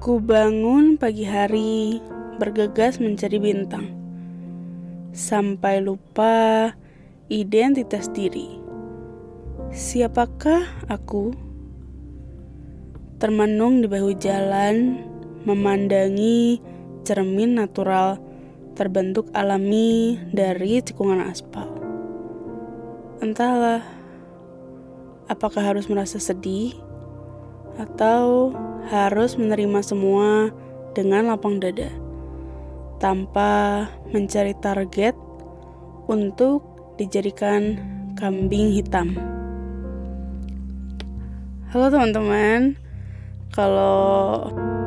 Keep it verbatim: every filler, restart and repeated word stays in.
Ku bangun pagi hari, bergegas mencari bintang, sampai lupa identitas diri. Siapakah aku? Termenung di bahu jalan, memandangi cermin natural terbentuk alami dari tikungan aspal. Entahlah, apakah harus merasa sedih atau harus menerima semua dengan lapang dada, tanpa mencari target untuk dijadikan kambing hitam. Halo teman-teman, kalau